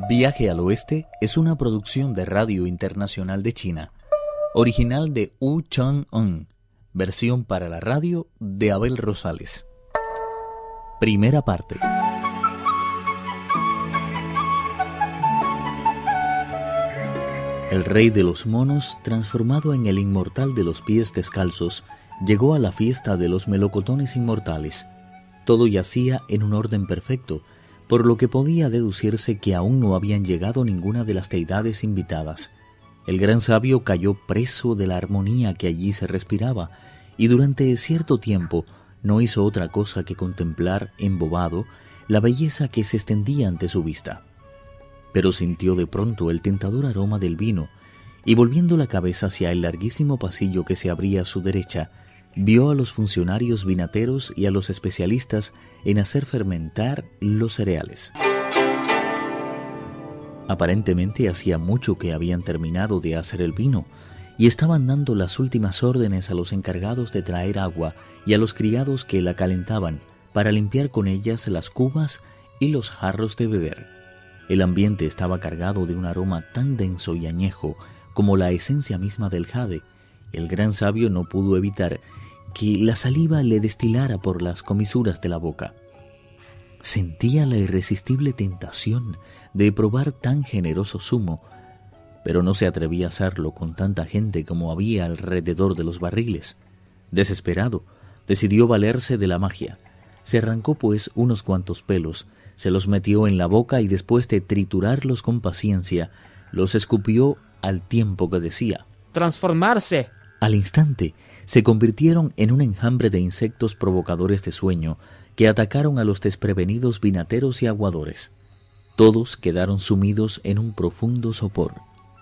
Viaje al Oeste es una producción de Radio Internacional de China, original de Wu Chang-un, versión para la radio de Abel Rosales. Primera parte. El rey de los monos, transformado en el inmortal de los pies descalzos, llegó a la fiesta de los melocotones inmortales. Todo yacía en un orden perfecto, por lo que podía deducirse que aún no habían llegado ninguna de las deidades invitadas. El gran sabio cayó preso de la armonía que allí se respiraba, y durante cierto tiempo no hizo otra cosa que contemplar, embobado, la belleza que se extendía ante su vista. Pero sintió de pronto el tentador aroma del vino, y volviendo la cabeza hacia el larguísimo pasillo que se abría a su derecha, vio a los funcionarios vinateros y a los especialistas en hacer fermentar los cereales. Aparentemente hacía mucho que habían terminado de hacer el vino y estaban dando las últimas órdenes a los encargados de traer agua y a los criados que la calentaban para limpiar con ellas las cubas y los jarros de beber. El ambiente estaba cargado de un aroma tan denso y añejo como la esencia misma del jade. El gran sabio no pudo evitar que la saliva le destilara por las comisuras de la boca. Sentía la irresistible tentación de probar tan generoso zumo, pero no se atrevía a hacerlo con tanta gente como había alrededor de los barriles. Desesperado, decidió valerse de la magia. Se arrancó pues unos cuantos pelos, se los metió en la boca y después de triturarlos con paciencia, los escupió al tiempo que decía: ¡transformarse! Al instante se convirtieron en un enjambre de insectos provocadores de sueño que atacaron a los desprevenidos vinateros y aguadores. Todos quedaron sumidos en un profundo sopor.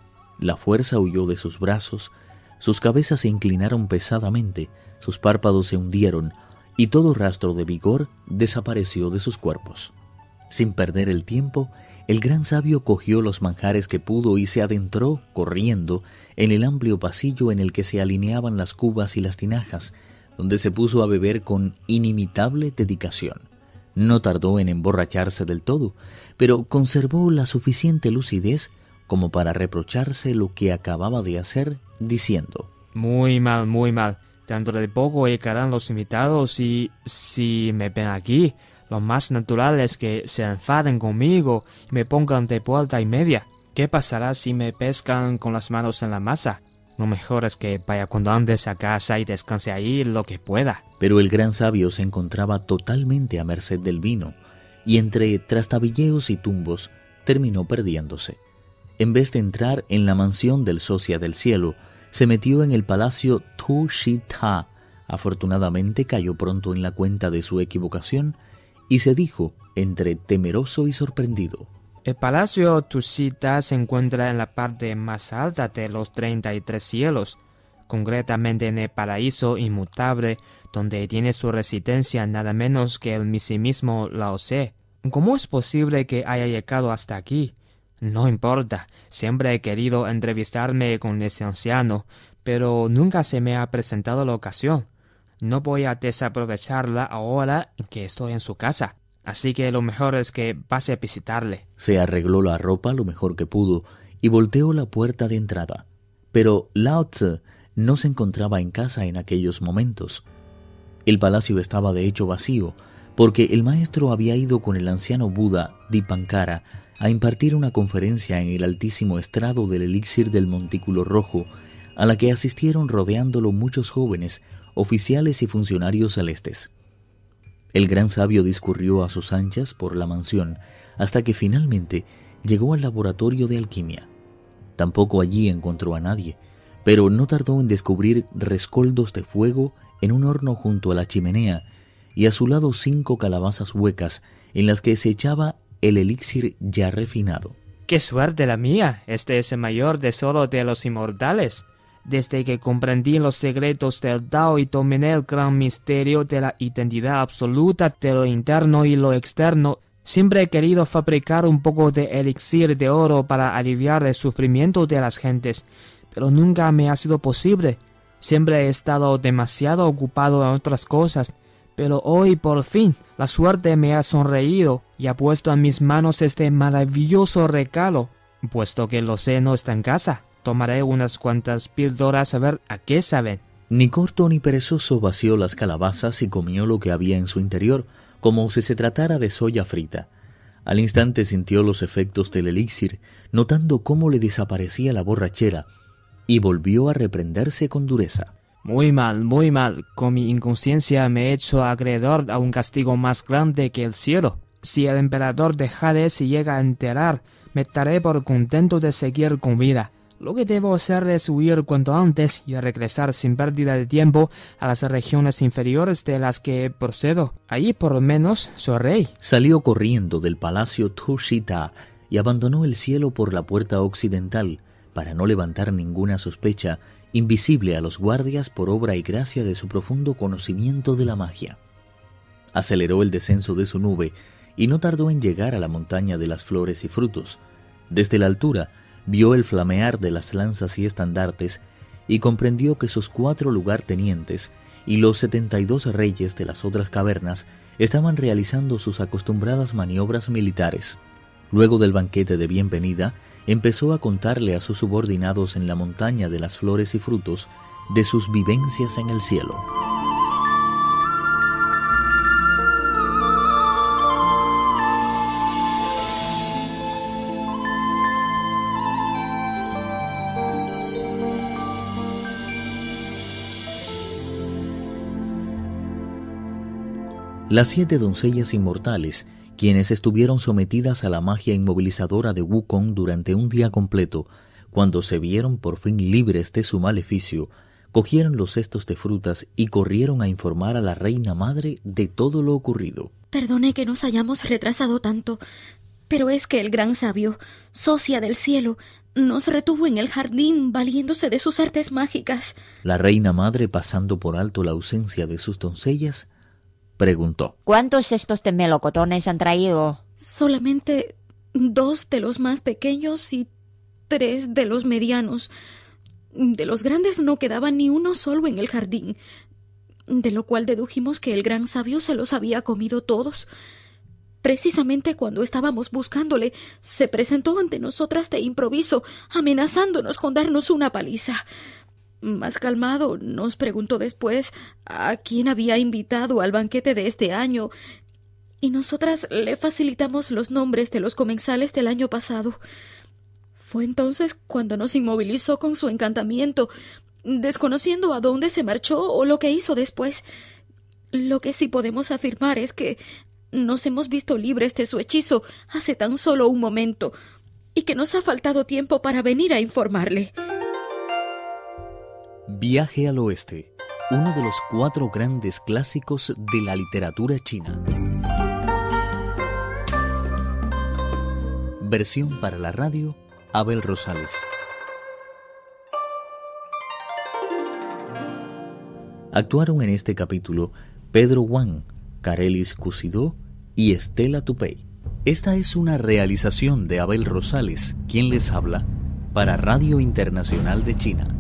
La fuerza huyó de sus brazos, sus cabezas se inclinaron pesadamente, sus párpados se hundieron y todo rastro de vigor desapareció de sus cuerpos. Sin perder el tiempo, el gran sabio cogió los manjares que pudo y se adentró, corriendo, en el amplio pasillo en el que se alineaban las cubas y las tinajas, donde se puso a beber con inimitable dedicación. No tardó en emborracharse del todo, pero conservó la suficiente lucidez como para reprocharse lo que acababa de hacer, diciendo: Muy mal, muy mal. Dentro de poco llegarán los invitados y, si me ven aquí, lo más natural es que se enfaden conmigo y me pongan de vuelta y media. ¿Qué pasará si me pescan con las manos en la masa? Lo mejor es que vaya cuando andes a casa y descanse ahí lo que pueda. Pero el gran sabio se encontraba totalmente a merced del vino, y entre trastabilleos y tumbos terminó perdiéndose. En vez de entrar en la mansión del Socia del Cielo, se metió en el palacio Tu Shi Ta. Afortunadamente cayó pronto en la cuenta de su equivocación y se dijo, entre temeroso y sorprendido: El palacio Tu Shi Ta se encuentra en la parte más alta de los 33 cielos, concretamente en el paraíso inmutable, donde tiene su residencia nada menos que el mismísimo Lao Tse. ¿Cómo es posible que haya llegado hasta aquí? No importa, siempre he querido entrevistarme con ese anciano, pero nunca se me ha presentado la ocasión. No voy a desaprovecharla ahora que estoy en su casa, así que lo mejor es que pase a visitarle. Se arregló la ropa lo mejor que pudo y volteó la puerta de entrada. Pero Lao Tse no se encontraba en casa en aquellos momentos. El palacio estaba de hecho vacío, porque el maestro había ido con el anciano Buda Dipankara a impartir una conferencia en el altísimo estrado del elixir del Montículo Rojo, a la que asistieron rodeándolo muchos jóvenes, oficiales y funcionarios celestes. El gran sabio discurrió a sus anchas por la mansión hasta que finalmente llegó al laboratorio de alquimia. Tampoco allí encontró a nadie, pero no tardó en descubrir rescoldos de fuego en un horno junto a la chimenea y a su lado 5 calabazas huecas en las que se echaba el elixir ya refinado. ¡Qué suerte la mía! Este es el mayor tesoro de los inmortales. Desde que comprendí los secretos del Tao y dominé el gran misterio de la identidad absoluta de lo interno y lo externo, siempre he querido fabricar un poco de elixir de oro para aliviar el sufrimiento de las gentes, pero nunca me ha sido posible. Siempre he estado demasiado ocupado en otras cosas, Pero hoy, por fin, la suerte me ha sonreído y ha puesto en mis manos este maravilloso regalo. Puesto que lo sé no está en casa, tomaré unas cuantas píldoras a ver a qué saben. Ni corto ni perezoso vació las calabazas y comió lo que había en su interior, como si se tratara de soya frita. Al instante sintió los efectos del elixir, notando cómo le desaparecía la borrachera, y volvió a reprenderse con dureza. Muy mal, con mi inconsciencia me he hecho acreedor a un castigo más grande que el cielo. Si el emperador de Jade se llega a enterar, me daré por contento de seguir con vida. Lo que debo hacer es huir cuanto antes y regresar sin pérdida de tiempo a las regiones inferiores de las que procedo. Allí por lo menos soy rey. Salió corriendo del palacio Tushita y abandonó el cielo por la puerta occidental para no levantar ninguna sospecha, invisible a los guardias por obra y gracia de su profundo conocimiento de la magia. Aceleró el descenso de su nube y no tardó en llegar a la montaña de las flores y frutos. Desde la altura vio el flamear de las lanzas y estandartes y comprendió que sus 4 lugartenientes y los 72 reyes de las otras cavernas estaban realizando sus acostumbradas maniobras militares. Luego del banquete de bienvenida, empezó a contarle a sus subordinados en la montaña de las flores y frutos de sus vivencias en el cielo. Las 7 doncellas inmortales, quienes estuvieron sometidas a la magia inmovilizadora de Wukong durante un día completo, cuando se vieron por fin libres de su maleficio, cogieron los cestos de frutas y corrieron a informar a la reina madre de todo lo ocurrido. Perdone que nos hayamos retrasado tanto, pero es que el gran sabio, socia del cielo, nos retuvo en el jardín valiéndose de sus artes mágicas. La reina madre, pasando por alto la ausencia de sus doncellas, preguntó: ¿Cuántos cestos de melocotones han traído? Solamente 2 de los más pequeños y 3 de los medianos. De los grandes no quedaba ni uno solo en el jardín, de lo cual dedujimos que el gran sabio se los había comido todos. Precisamente cuando estábamos buscándole, se presentó ante nosotras de improviso, amenazándonos con darnos una paliza. Más calmado, nos preguntó después a quién había invitado al banquete de este año, y nosotras le facilitamos los nombres de los comensales del año pasado. Fue entonces cuando nos inmovilizó con su encantamiento, desconociendo a dónde se marchó o lo que hizo después. Lo que sí podemos afirmar es que nos hemos visto libres de su hechizo hace tan solo un momento, y que nos ha faltado tiempo para venir a informarle. Viaje al oeste, uno de los 4 grandes clásicos de la literatura china. Versión para la radio, Abel Rosales. Actuaron en este capítulo Pedro Wang, Carelis Cusidó y Estela Tupey. Esta es una realización de Abel Rosales, quien les habla, para Radio Internacional de China.